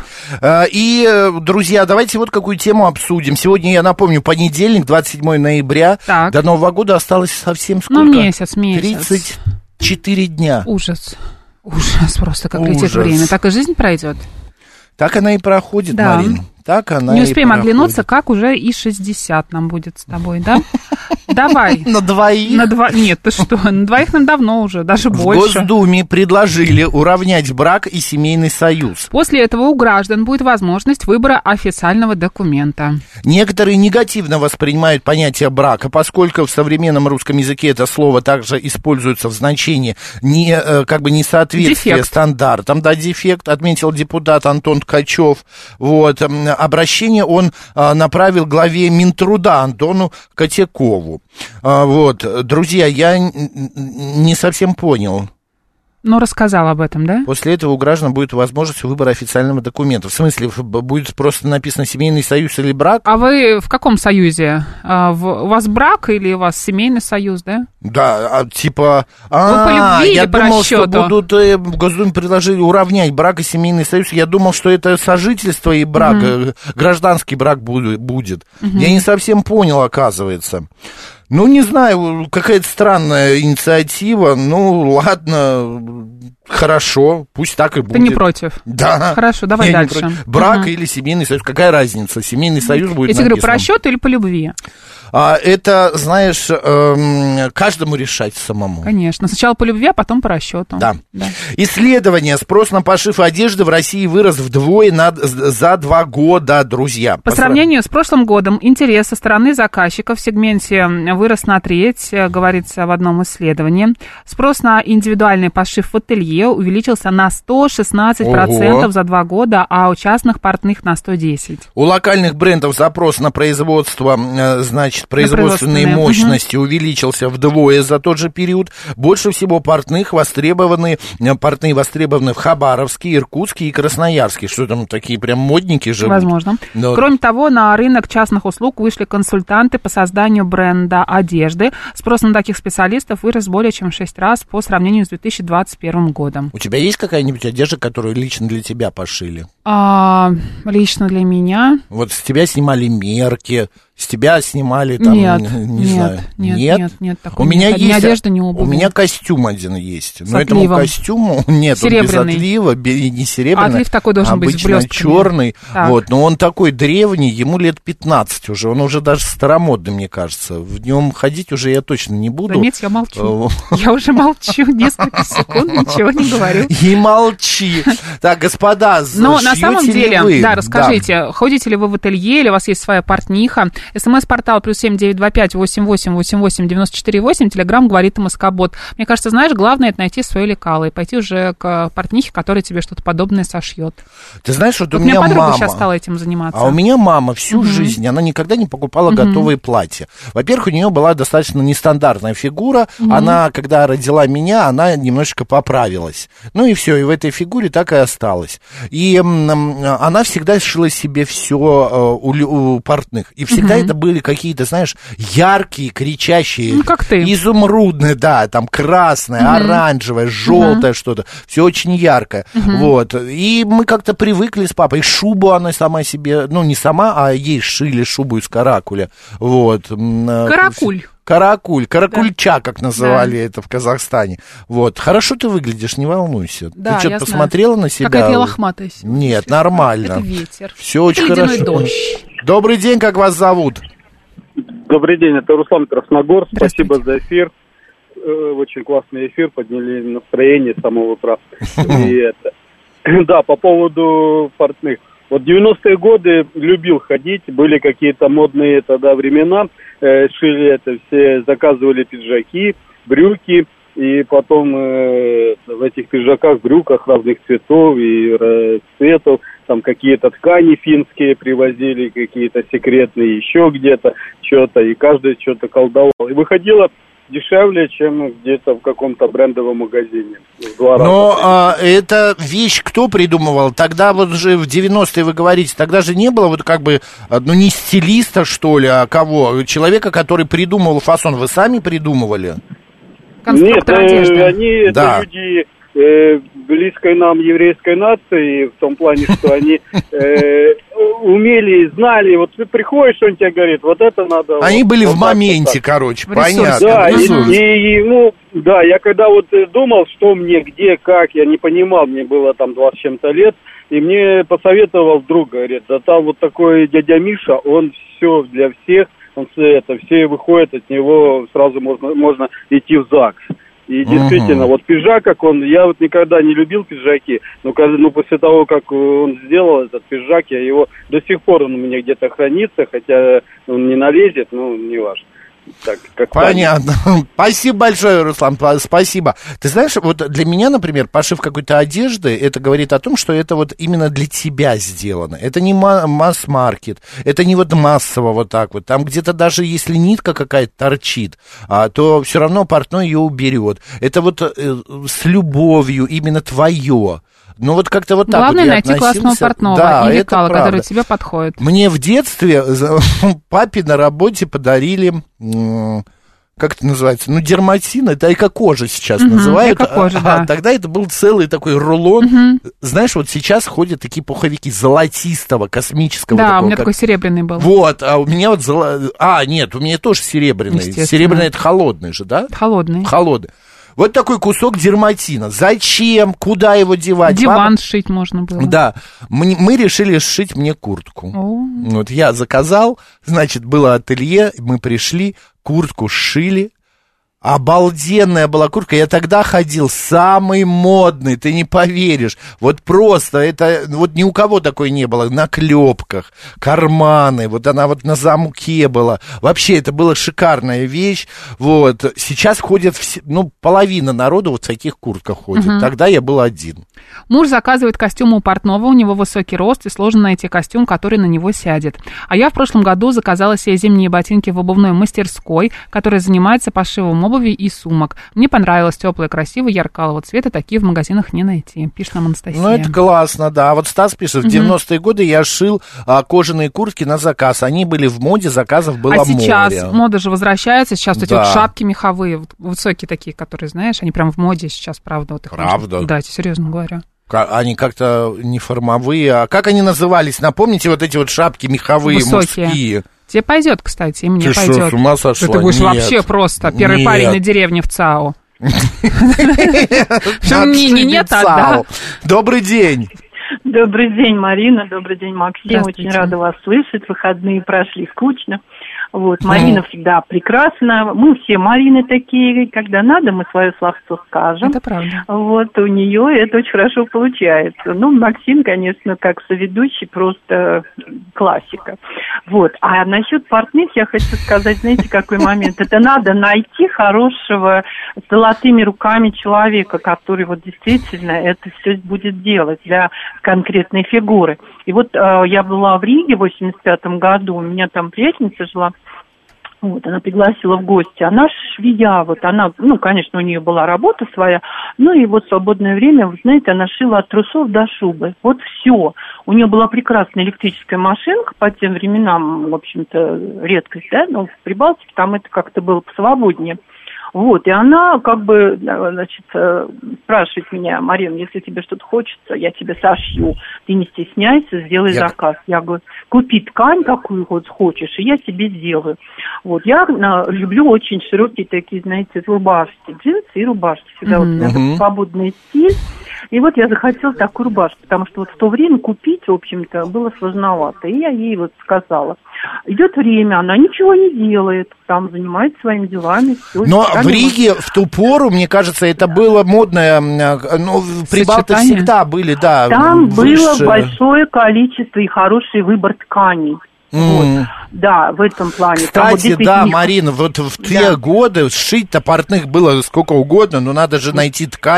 И, друзья, давайте вот какую тему обсудим. Сегодня, я напомню, понедельник, двадцать седьмое ноября. Так. До Нового года осталось совсем сколько? Ну, месяц, месяц. тридцать четыре дня. Ужас. Ужас просто, как Ужас. летит время. Так и жизнь пройдет. Так она и проходит, да. Марина. Так она Не успеем проходит. оглянуться, как уже и шестьдесят нам будет с тобой, да? Давай. На двоих? На два... Нет, ты что, на двоих нам давно уже, даже в больше. В Госдуме предложили уравнять брак и семейный союз. После этого у граждан будет возможность выбора официального документа. Некоторые негативно воспринимают понятие брака, поскольку в современном русском языке это слово также используется в значении не, как бы несоответствия стандартам. Да, дефект, отметил депутат Антон Ткачев. Вот. Обращение он направил главе Минтруда Антону Котякову. Вот, друзья, я не совсем понял. Ну, рассказал об этом, да? После этого у граждан будет возможность выбора официального документа. В смысле, будет просто написано семейный союз или брак? А вы в каком союзе? У вас брак или у вас семейный союз, да? Да, а, типа... А, вы по любви я или по думал, расчету? Что будут, э, в Госдуме предложили уравнять брак и семейный союз. Я думал, что это сожительство и брак, mm-hmm. гражданский брак будет. Mm-hmm. Я не совсем понял, оказывается. Ну, не знаю, какая-то странная инициатива. Ну, ладно, хорошо, пусть так и будет. Ты не против? Да. Хорошо, давай я дальше. Брак угу. или семейный союз, какая разница? Семейный союз будет Я тебе говорю, написано. по расчету или по любви? А, это, знаешь, эм, каждому решать самому. Конечно. Сначала по любви, а потом по расчету. Да. да. Исследование. Спрос на пошив одежды в России вырос вдвое на, за два года, друзья. По, по сравнению с прошлым годом интерес со стороны заказчиков в сегменте вырос на треть, говорится в одном исследовании. Спрос на индивидуальный пошив в ателье увеличился на сто шестнадцать процентов Ого. За два года, а у частных портных на сто десять процентов. У локальных брендов запрос на производство, значит, производственные мощности угу. увеличился вдвое за тот же период. Больше всего портных востребованы, портные востребованы в Хабаровске, Иркутске и Красноярске. Что там, такие прям модники живут? Возможно. Но... Кроме того, на рынок частных услуг вышли консультанты по созданию бренда одежды. Спрос на таких специалистов вырос более чем в шесть раз по сравнению с две тысячи двадцать первым годом. У тебя есть какая-нибудь одежда, которую лично для тебя пошили? А, лично для меня? Вот с тебя снимали мерки, с тебя снимали там, нет, не нет, знаю. Нет, нет, нет, нет такого у меня нет. Есть, ни одежда, ни обувь. У меня костюм один есть, с но отливом. Этому костюму нет, он без отлива, не серебряный, отлив такой должен быть с блестками. черный, вот, но он такой древний, ему лет пятнадцать уже, он уже даже старомодный, мне кажется, в нем ходить уже я точно не буду. Заметь, я молчу, я уже молчу несколько секунд, ничего не говорю. И молчи. Так, господа, но на самом деле, да, расскажите, ходите ли вы в ателье, или у вас есть своя портниха? СМС-портал плюс семь девять два пять восемь восемь восемь восемь девяносто четыре восемь, телеграм говорит МСК-бот. Мне кажется, знаешь, главное это найти свое лекало и пойти уже к портнихе, которая тебе что-то подобное сошьет. Ты знаешь, вот, вот у меня подруга мама сейчас стала этим заниматься. А у меня мама всю угу. жизнь, она никогда не покупала угу. готовые платья. Во-первых, у нее была достаточно нестандартная фигура. Угу. Она, когда родила меня, она немножечко поправилась. Ну и все, и в этой фигуре так и осталась. И м, она всегда шила себе все у, у портных. И всегда угу. это были какие-то, знаешь, яркие, кричащие, ну, как ты. Изумрудные, да, там красное, угу. оранжевое, желтое угу. что-то. Все очень яркое. Угу. Вот. И мы как-то привыкли с папой. Шубу она сама себе, ну, не сама, а ей шили шубу из каракуля. Вот. Каракуль. Каракуль, каракульча, да. как называли да. это в Казахстане. Вот. Хорошо ты выглядишь, не волнуйся. Да, ты что-то посмотрела знаю. на себя? Какая-то я лохматая. Нет, нормально. Это ветер. Все очень это хорошо. Дождь. Добрый день, как вас зовут? Добрый день, это Руслан Красногорск. Спасибо за эфир. Очень классный эфир, подняли настроение с самого утра. И это. Да, по поводу портных. Вот девяностые годы любил ходить, были какие-то модные тогда времена, э, шили это, все заказывали пиджаки, брюки, и потом э, в этих пиджаках, брюках разных цветов и э, цветов, там какие-то ткани финские привозили, какие-то секретные еще где-то, что-то, и каждый что-то колдовал. И выходило дешевле, чем где-то в каком-то брендовом магазине. Но а, эта вещь кто придумывал? Тогда вот же в девяностые вы говорите, тогда же не было вот как бы, ну не стилиста что ли, а кого? Человека, который придумывал фасон, вы сами придумывали? Конструктор Нет, одежды. Э, они, Да. это люди э, близкой нам еврейской нации, в том плане, что они э, умели, знали, вот ты приходишь, он тебе говорит, вот это надо... Они вот, были вот в так, моменте, вот так. короче, В ресурсе. понятно. Да, в и, ресурсе. и, и, ну, да, я когда вот э, думал, что мне, где, как, я не понимал, мне было там двадцать с чем-то лет, и мне посоветовал друг, говорит, да там вот такой дядя Миша, он все для всех, он все это, все выходят от него, сразу можно, можно идти в ЗАГС. И действительно, Ага. вот пиджак, как он, я вот никогда не любил пиджаки, но, когда- ну, после того, как он сделал этот пиджак, я его, до сих пор он у меня где-то хранится, хотя он не налезет, ну, не важно. Так, как Понятно. Спасибо большое, Руслан, па- спасибо. Ты знаешь, вот для меня, например, пошив какой-то одежды, это говорит о том, что это вот именно для тебя сделано. Это не ма- масс-маркет, это не вот массово вот так вот. Там где-то даже если нитка какая-то торчит, а, то все равно портной ее уберет. Это вот э, с любовью именно твое. Ну вот как-то вот так Главное вот я найти классного относился. портного Да, и это лекала, правда. который тебе подходит. Мне в детстве за- папе на работе подарили, м, как это называется, ну, дерматин, это эко-кожа сейчас Мгм, называют. эко-кожа, А, да. Тогда это был целый такой рулон. Мгм. Знаешь, вот сейчас ходят такие пуховики золотистого, космического. Да, такого, у меня как- такой серебряный был. Вот, а у меня вот... золо- А, нет, у меня тоже серебряный. Естественно. Серебряный — это холодный же, да? Холодный. Холодный. Вот такой кусок дерматина. Зачем? Куда его девать? Диван Папа- сшить можно было. Да, мы, мы решили сшить мне куртку. О. Вот я заказал, значит, было ателье, мы пришли, куртку сшили. Обалденная была куртка. Я тогда ходил самый модный, ты не поверишь. Вот просто, это, вот ни у кого такой не было. На клепках, карманы, вот она вот на замке была. Вообще, это была шикарная вещь. Вот, сейчас ходят, все, ну, половина народу вот в таких куртках ходит. Мгм. Тогда я был один. Муж заказывает костюмы у портного, у него высокий рост, и сложно найти костюм, который на него сядет. А я в прошлом году заказала себе зимние ботинки в обувной мастерской, которая занимается пошивом обуви и сумок. Мне понравилось, теплое, красивое, яркалого цвета, такие в магазинах не найти, пишет нам Анастасия. Ну, это классно, да. А вот Стас пишет, в Мгм. девяностые годы я шил а, кожаные куртки на заказ. Они были в моде, заказов было А сейчас море. мода же возвращается, сейчас вот эти Да. вот шапки меховые, вот высокие такие, которые, знаешь, они прям в моде сейчас, правда. Вот их Правда? можно- Да, я тебе серьезно говорю. Ка- Они как-то не формовые. А как они назывались? Напомните, вот эти вот шапки меховые, Высокие. мужские. Тебе пойдет, кстати, и мне Ты что, пойдет. с ума сошла? Да ты будешь Нет. вообще просто первый Нет. парень на деревне в ЦАО. Что мнений нет, а да. Напшибицал. Добрый день. Добрый день, Марина. Добрый день, Максим. Здравствуйте. Очень рада вас слышать. Выходные прошли скучно. Вот, Марина всегда прекрасна. Мы все Марины такие, когда надо, мы свое словцо скажем. Это правда. Вот, у нее это очень хорошо получается. Ну, Максим, конечно, как соведущий, просто классика. Вот. А насчет портных я хочу сказать, знаете, какой момент? Это надо найти хорошего с золотыми руками человека, который вот действительно это все будет делать для конкретной фигуры. И вот э, я была в Риге в восемьдесят пятом году, у меня там приятельница жила. Вот, она пригласила в гости. Она швея, вот она, ну, конечно, у нее была работа своя, ну и вот в свободное время, вы знаете, она шила от трусов до шубы. Вот все. У нее была прекрасная электрическая машинка, по тем временам, в общем-то, редкость, да, но в Прибалтике там это как-то было посвободнее. Вот, и она как бы, значит, спрашивает меня: Марина, если тебе что-то хочется, я тебе сошью. Ты не стесняйся, сделай Я- заказ. Я говорю, купи ткань, какую вот хочешь, и я тебе сделаю. Вот, я а, люблю очень широкие такие, знаете, рубашки, джинсы и рубашки. Всегда вот у меня Мгм. такой свободный стиль. И вот я захотела такую рубашку, потому что вот в то время купить, в общем-то, было сложновато. И я ей вот сказала. Идет время, она ничего не делает, там занимается своими делами. Все, Но сами в Риге в ту пору, мне кажется, это было модное. э, Ну, Прибалты Сочетание. всегда были, да. Там выше. было большое количество и хороший выбор тканей. М. Вот. Да, в этом плане. Там вот Кстати, действительно да, не- Марина, вот в те Да. годы сшить-то портных было сколько угодно, но надо же найти ткань.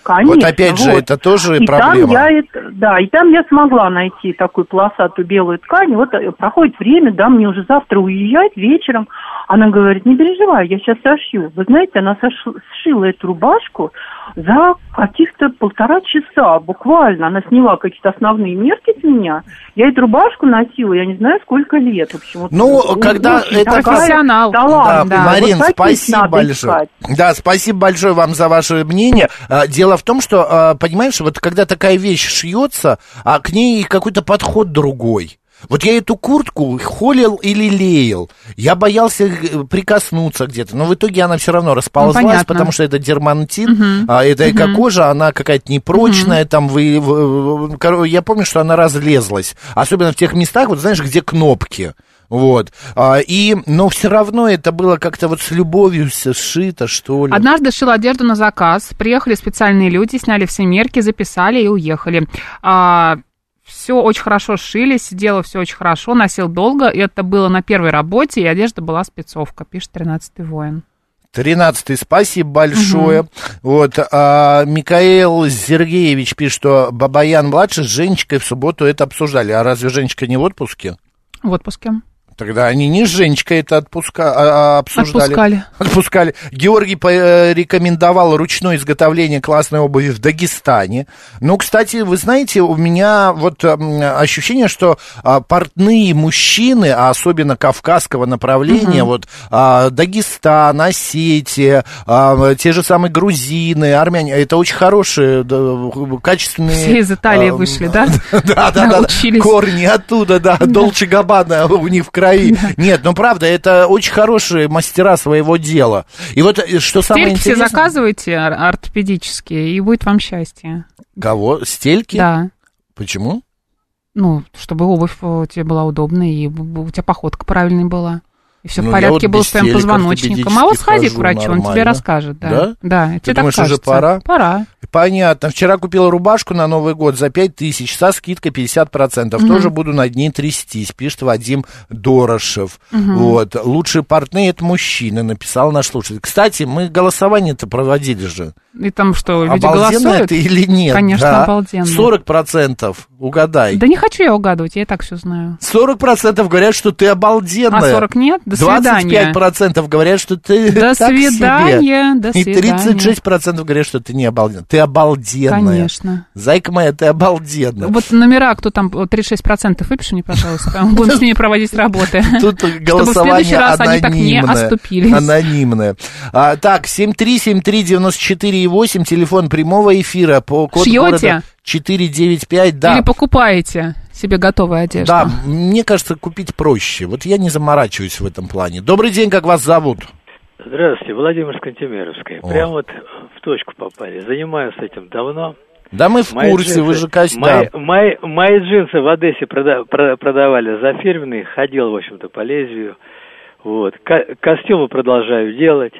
Конечно. Вот опять же, вот. Это тоже и проблема. Там я это, да, и там я смогла найти такую полосатую белую ткань. Вот проходит время, да, мне уже завтра уезжать вечером. Она говорит, не переживай, я сейчас сошью. Вы знаете, она сош... сшила эту рубашку за каких-то полтора часа буквально. Она сняла какие-то основные мерки с меня. Я эту рубашку носила, я не знаю, сколько лет. В общем, ну, вот, когда это профессионал. Да, да. Марин, вот спасибо большое. Искать. Да, спасибо большое вам за ваше мнение. Дело в том, что, понимаешь, вот когда такая вещь шьется, а к ней какой-то подход другой. Вот я эту куртку холил или лелеял, я боялся прикоснуться где-то, но в итоге она все равно расползлась, ну, потому что это дермантин, угу. а это угу. эко-кожа, она какая-то непрочная, угу. там вы, вы, я помню, что она разлезлась, особенно в тех местах, вот знаешь, где кнопки. Вот, а, и, но все равно это было как-то вот с любовью сшито, что ли. Однажды шил одежду на заказ, приехали специальные люди, сняли все мерки, записали и уехали. А, все очень хорошо шили, сидело все очень хорошо, носил долго, и это было на первой работе, и одежда была спецовка, пишет тринадцатый воин. тринадцатый, спасибо большое. Угу. Вот, а, Микаэл Сергеевич пишет, что Бабаян-младший с Женечкой в субботу это обсуждали. А разве Женечка не в отпуске? В отпуске. Тогда они не с Женечкой это отпуска... а, обсуждали. Отпускали. Отпускали. Георгий порекомендовал ручное изготовление классной обуви в Дагестане. Ну, кстати, вы знаете, у меня вот ощущение, что а, портные мужчины, а особенно кавказского направления, угу. вот а, Дагестан, Осетия, а, те же самые грузины, армяне, это очень хорошие, да, качественные... Все из Италии а, вышли, да? Да, да, да. Корни оттуда, да, Долче Габбана у них в крови. Нет, ну правда, это очень хорошие мастера своего дела. И вот что самое Стельки интересное... все заказывайте ортопедические, и будет вам счастье. Кого? Стельки? Да. Почему? Ну, чтобы обувь тебе была удобная, и у тебя походка правильная была. И все ну, в порядке вот было с твоим позвоночником. А вот сходи к врачу, нормально. Он тебе расскажет. Да, да? Да, Ты тебе думаешь, так уже кажется. пора? Пора. Понятно. Вчера купила рубашку на Новый год за пять тысяч со скидкой пятьдесят процентов. Угу. Тоже буду над ней трястись, пишет Вадим Дорошев. Угу. Вот. Лучшие портные — это мужчины, написал наш слушатель. Кстати, мы голосование-то проводили же. И там что, люди обалденно голосуют? Это или нет? Конечно, да. обалденно. сорок процентов угадай. Да не хочу я угадывать, я и так все знаю. сорок процентов говорят, что ты обалденная. А сорок нет? До свидания. двадцать пять процентов говорят, что ты до так свидания, себе. До И свидания. тридцать шесть процентов говорят, что ты не обалденная. Ты обалденная. Конечно. Зайка моя, ты обалденная. Вот номера, кто там, тридцать шесть процентов выпиши мне, пожалуйста. Будем с ними проводить работы. Тут голосование чтобы в следующий раз они так не оступились. Анонимное. А, так, семь три семь три девяносто четыре восемь, телефон прямого эфира по коду Шьете? Города четыре девять пять, да. Или покупаете себе готовую одежду? Да, мне кажется, купить проще. Вот я не заморачиваюсь в этом плане. Добрый день, как вас зовут? Здравствуйте, Владимир Скантемировская. Прямо вот в точку попали. Занимаюсь этим давно. Да мы в мои курсе, джинсы, вы же костюм. Мои, мои, мои джинсы в Одессе прода, про, продавали за фирменные, ходил, в общем-то, по лезвию. Вот. Ко- костюмы продолжаю делать.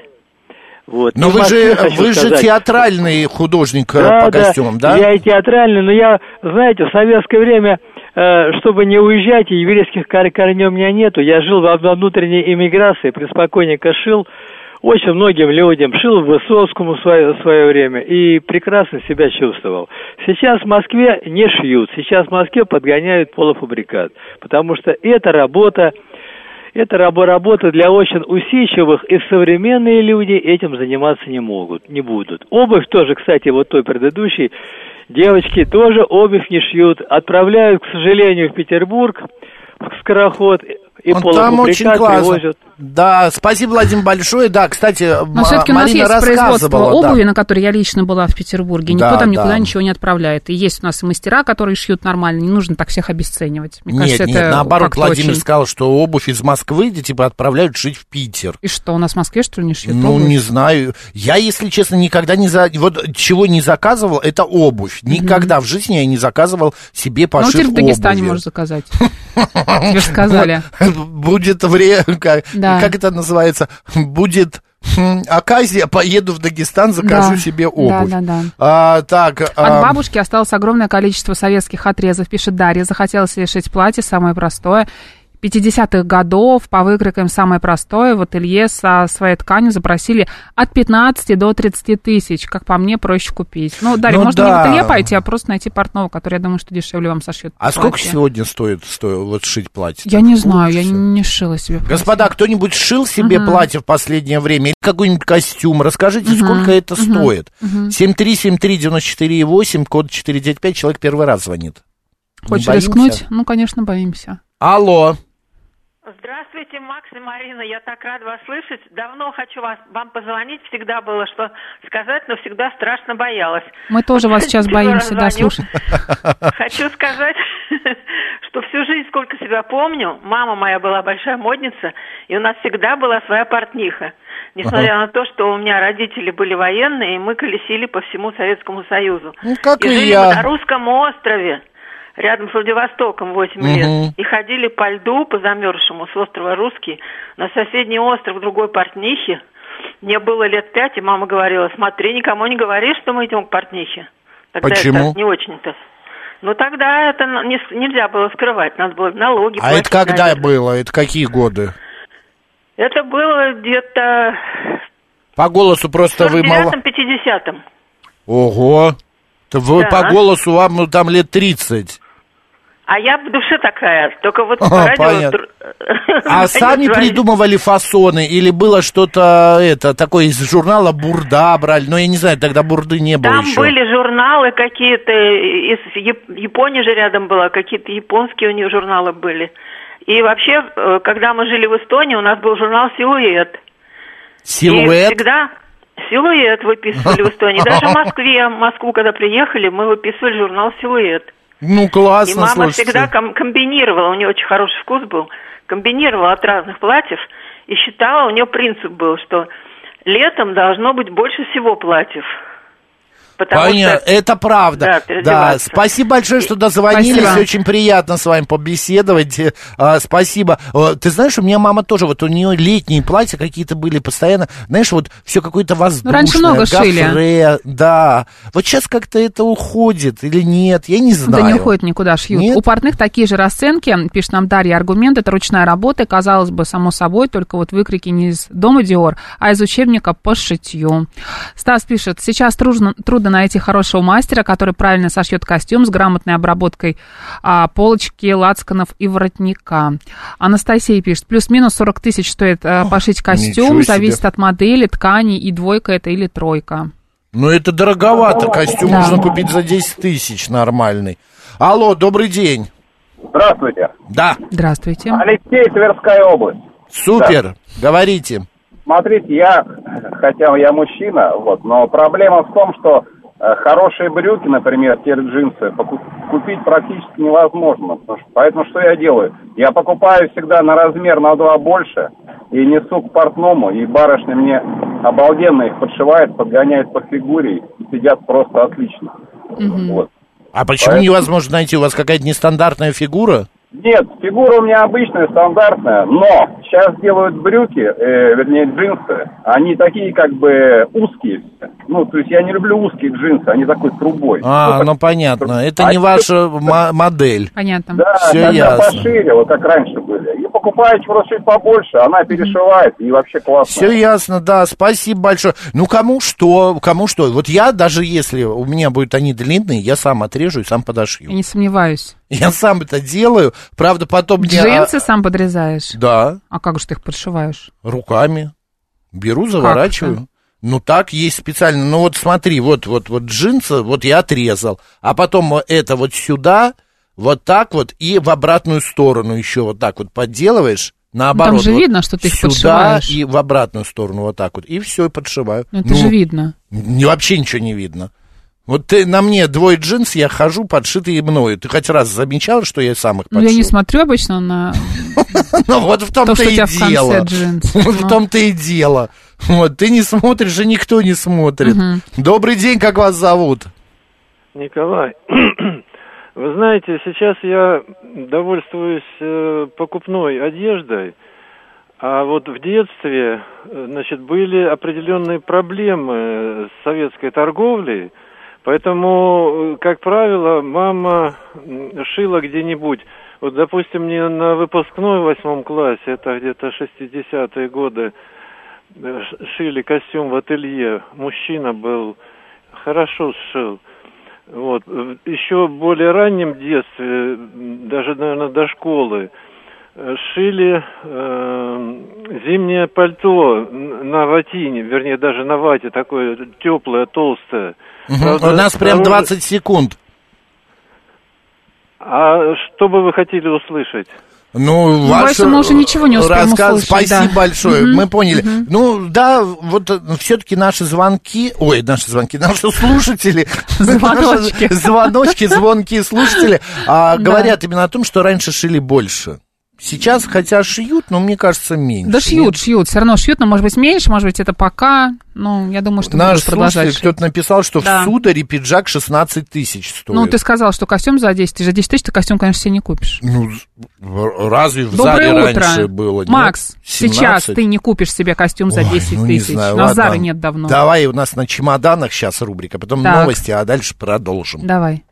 Вот. Но вы же, вы же театральный художник да, по костюмам, да? Да, я и театральный, но я, знаете, в советское время, э, чтобы не уезжать, и еврейских корней у меня нету, я жил во внутренней эмиграции, преспокойненько шил очень многим людям, шил Высоцкому в свое, в свое время и прекрасно себя чувствовал. Сейчас в Москве не шьют, сейчас в Москве подгоняют полуфабрикат, потому что эта работа, Это работа для очень усидчивых, и современные люди этим заниматься не могут, не будут. Обувь тоже, кстати, вот той предыдущей, девочки тоже обувь не шьют, отправляют, к сожалению, в Петербург, в скороход, и полуфабрикат привозят. Да, спасибо, Владимир, большое. Да, кстати, но все-таки у нас есть производство обуви, да. на которой я лично была в Петербурге. Никто да, там никуда да. ничего не отправляет. И есть у нас и мастера, которые шьют нормально. Не нужно так всех обесценивать. Мне нет, кажется, нет, это наоборот, Владимир очень... сказал, что обувь из Москвы типа отправляют шить в Питер. И что, у нас в Москве, что ли, не шьют Ну, обувь? не знаю. Я, если честно, никогда не... За... Вот чего не заказывал, это обувь. Никогда mm-hmm. в жизни я не заказывал себе пошив обуви. Ну, теперь в Дагестане можешь заказать. Тебе сказали. Будет время... Как это называется? Будет оказия, поеду в Дагестан, закажу да, себе обувь. Да, да, да. А, так, От а... бабушки осталось огромное количество советских отрезов, пишет Дарья. Захотелось себе шить платье, самое простое. пятидесятых годов по выкройкам самое простое. В ателье со своей тканью запросили от пятнадцати до тридцати тысяч. Как по мне, проще купить. Ну, Дарья, ну, можно да. не в ателье пойти, а просто найти портного, который, я думаю, что дешевле вам сошьет. А платье. Сколько сегодня стоит, стоит вот шить платье? Я не знаю, я не шила себе платье. Господа, кто-нибудь шил себе uh-huh. платье в последнее время? Или какой-нибудь костюм? Расскажите, uh-huh. сколько это uh-huh. стоит? Uh-huh. семь три семь три девять четыре восемь, код четыре девять пять, человек первый раз звонит. Хочешь рискнуть? Ну, конечно, боимся. Алло. Здравствуйте, Макс и Марина, я так рада вас слышать. Давно хочу вас, вам позвонить, всегда было что сказать, но всегда страшно боялась. Мы тоже вот вас сейчас боимся, да, слушай. Хочу сказать, что всю жизнь, сколько себя помню, мама моя была большая модница, и у нас всегда была своя портниха. Несмотря ага. на то, что у меня родители были военные, и мы колесили по всему Советскому Союзу. Ну, как и и жили я. мы на Русском острове. Рядом с Владивостоком восемь uh-huh. лет. И ходили по льду, по замерзшему, с острова Русский, на соседний остров другой портнихи. Мне было лет пять, и мама говорила, смотри, никому не говори, что мы идем к портнихе. Тогда Почему? Это не очень-то. Ну, тогда это не, нельзя было скрывать, надо было налоги а платить. А это когда наверное. было? Это какие годы? Это было где-то... По голосу просто вы мало... В сорок девятом пятидесятом. Ого! Вы, да. По голосу вам ну, там лет тридцать. А я в душе такая, только вот а, по радио... А сами придумывали фасоны или было что-то это такое из журнала «Бурда» брали? Ну, я не знаю, тогда «Бурды» не было Там еще. Там были журналы какие-то, из Японии же рядом была, какие-то японские у них журналы были. И вообще, когда мы жили в Эстонии, у нас был журнал «Силуэт». «Силуэт»? И всегда «Силуэт» выписывали в Эстонии. Даже в Москве, в Москву, когда приехали, мы выписывали журнал «Силуэт». Ну, классно, и мама слушайте. всегда ком- комбинировала, у нее очень хороший вкус был, комбинировала от разных платьев и считала, у нее принцип был, что летом должно быть больше всего платьев. Понятно, что... это правда. Да, да, спасибо большое, что дозвонились. Спасибо. Очень приятно с вами побеседовать. А, спасибо. Ты знаешь, у меня мама тоже, вот у нее летние платья какие-то были постоянно, знаешь, вот все какое-то воздушное. Раньше много гофре, шили. Да. Вот сейчас как-то это уходит или нет, я не знаю. Да не уходит никуда, шьют. Нет? У портных такие же расценки, пишет нам Дарья, аргумент, это ручная работа, казалось бы, само собой, только вот выкройки не из дома Диор, а из учебника по шитью. Стас пишет, сейчас трудно, трудно найти хорошего мастера, который правильно сошьет костюм с грамотной обработкой а, полочки, лацканов и воротника. Анастасия пишет, плюс-минус сорок тысяч стоит а, пошить костюм, зависит от модели, ткани, и двойка это или тройка. Ну, это дороговато, костюм да. можно купить за десять тысяч нормальный. Алло, добрый день. Здравствуйте. Да. Здравствуйте. Алексей, Тверская область. Супер, да. Говорите. Смотрите, я, хотя я мужчина, вот, но проблема в том, что э, хорошие брюки, например, те джинсы, купить практически невозможно. Потому что, поэтому что я делаю? Я покупаю всегда на размер на два больше и несу к портному, и барышня мне обалденно их подшивает, подгоняет по фигуре, и сидят просто отлично. Угу. Вот. А почему Поэтому... невозможно найти? У вас какая-то нестандартная фигура? Нет, фигура у меня обычная, стандартная, но сейчас делают брюки, э, вернее джинсы, они такие как бы узкие. Ну, то есть я не люблю узкие джинсы, они такой трубой. А, ну, ну понятно, это а не ваша м- модель. Понятно. Да, все ясно. Пошире, вот как раньше были. И покупаете просто чуть побольше, она перешивает, и вообще классно. Все ясно, да, спасибо большое. Ну, кому что, кому что. Вот я, даже если у меня будут они длинные, я сам отрежу и сам подошью. Я не сомневаюсь. Я сам это делаю, правда, потом... Джинсы мне... сам подрезаешь? Да. А как же ты их подшиваешь? Руками. Беру, заворачиваю. Как-то? Ну, так, есть специально. Ну, вот смотри, вот, вот, вот джинсы, вот я отрезал. А потом это вот сюда, вот так вот, и в обратную сторону еще вот так вот подделываешь. Наоборот. Там же вот видно, что ты их сюда подшиваешь. И в обратную сторону вот так вот. И все, и подшиваю. Ну, это ну, же видно. Не, вообще ничего не видно. Вот ты, на мне двое джинс, я хожу подшитые мною. Ты хоть раз замечал, что я сам их подшил? Ну, я не смотрю обычно на... Ну, вот в том-то и дело. В том-то и дело. Вот, ты не смотришь, и никто не смотрит. Добрый день, как вас зовут? Николай. Вы знаете, сейчас я довольствуюсь покупной одеждой, а вот в детстве, значит, были определенные проблемы с советской торговлей, поэтому, как правило, мама шила где-нибудь Вот, допустим, мне на выпускной в восьмом классе, это где-то шестидесятые годы, шили костюм в ателье. Мужчина был, хорошо сшил. Вот. Еще в более раннем детстве, даже, наверное, до школы, шили э, зимнее пальто на ватине, вернее, даже на вате, такое теплое, толстое. Угу. Правда, у нас прям двадцать секунд. А что бы вы хотели услышать? Ну, ну ваш мы уже ничего не успеем рассказ, услышать. Спасибо да. большое, угу. мы поняли. Угу. Ну, да, вот все-таки наши звонки, ой, наши звонки, наши слушатели, звоночки, звоночки, звонкие слушатели говорят именно о том, что раньше шили больше. Сейчас, хотя шьют, но мне кажется, меньше. Да шьют, шьют, все равно шьют, но может быть меньше, может быть это пока, ну, я думаю, что наш будут продолжать слушатель, кто-то написал, что да. в Сударе пиджак шестнадцать тысяч стоит. Ну, ты сказал, что костюм за десять тысяч, за десять тысяч ты костюм, конечно, себе не купишь. Ну, разве в Доброе Заре утро. раньше было? Макс, нет? семнадцать? Сейчас ты не купишь себе костюм за десять Ой, ну, тысяч, знаю, но ладно. Зары нет давно. Давай, у нас на чемоданах сейчас рубрика, потом так. новости, а дальше продолжим. Давай.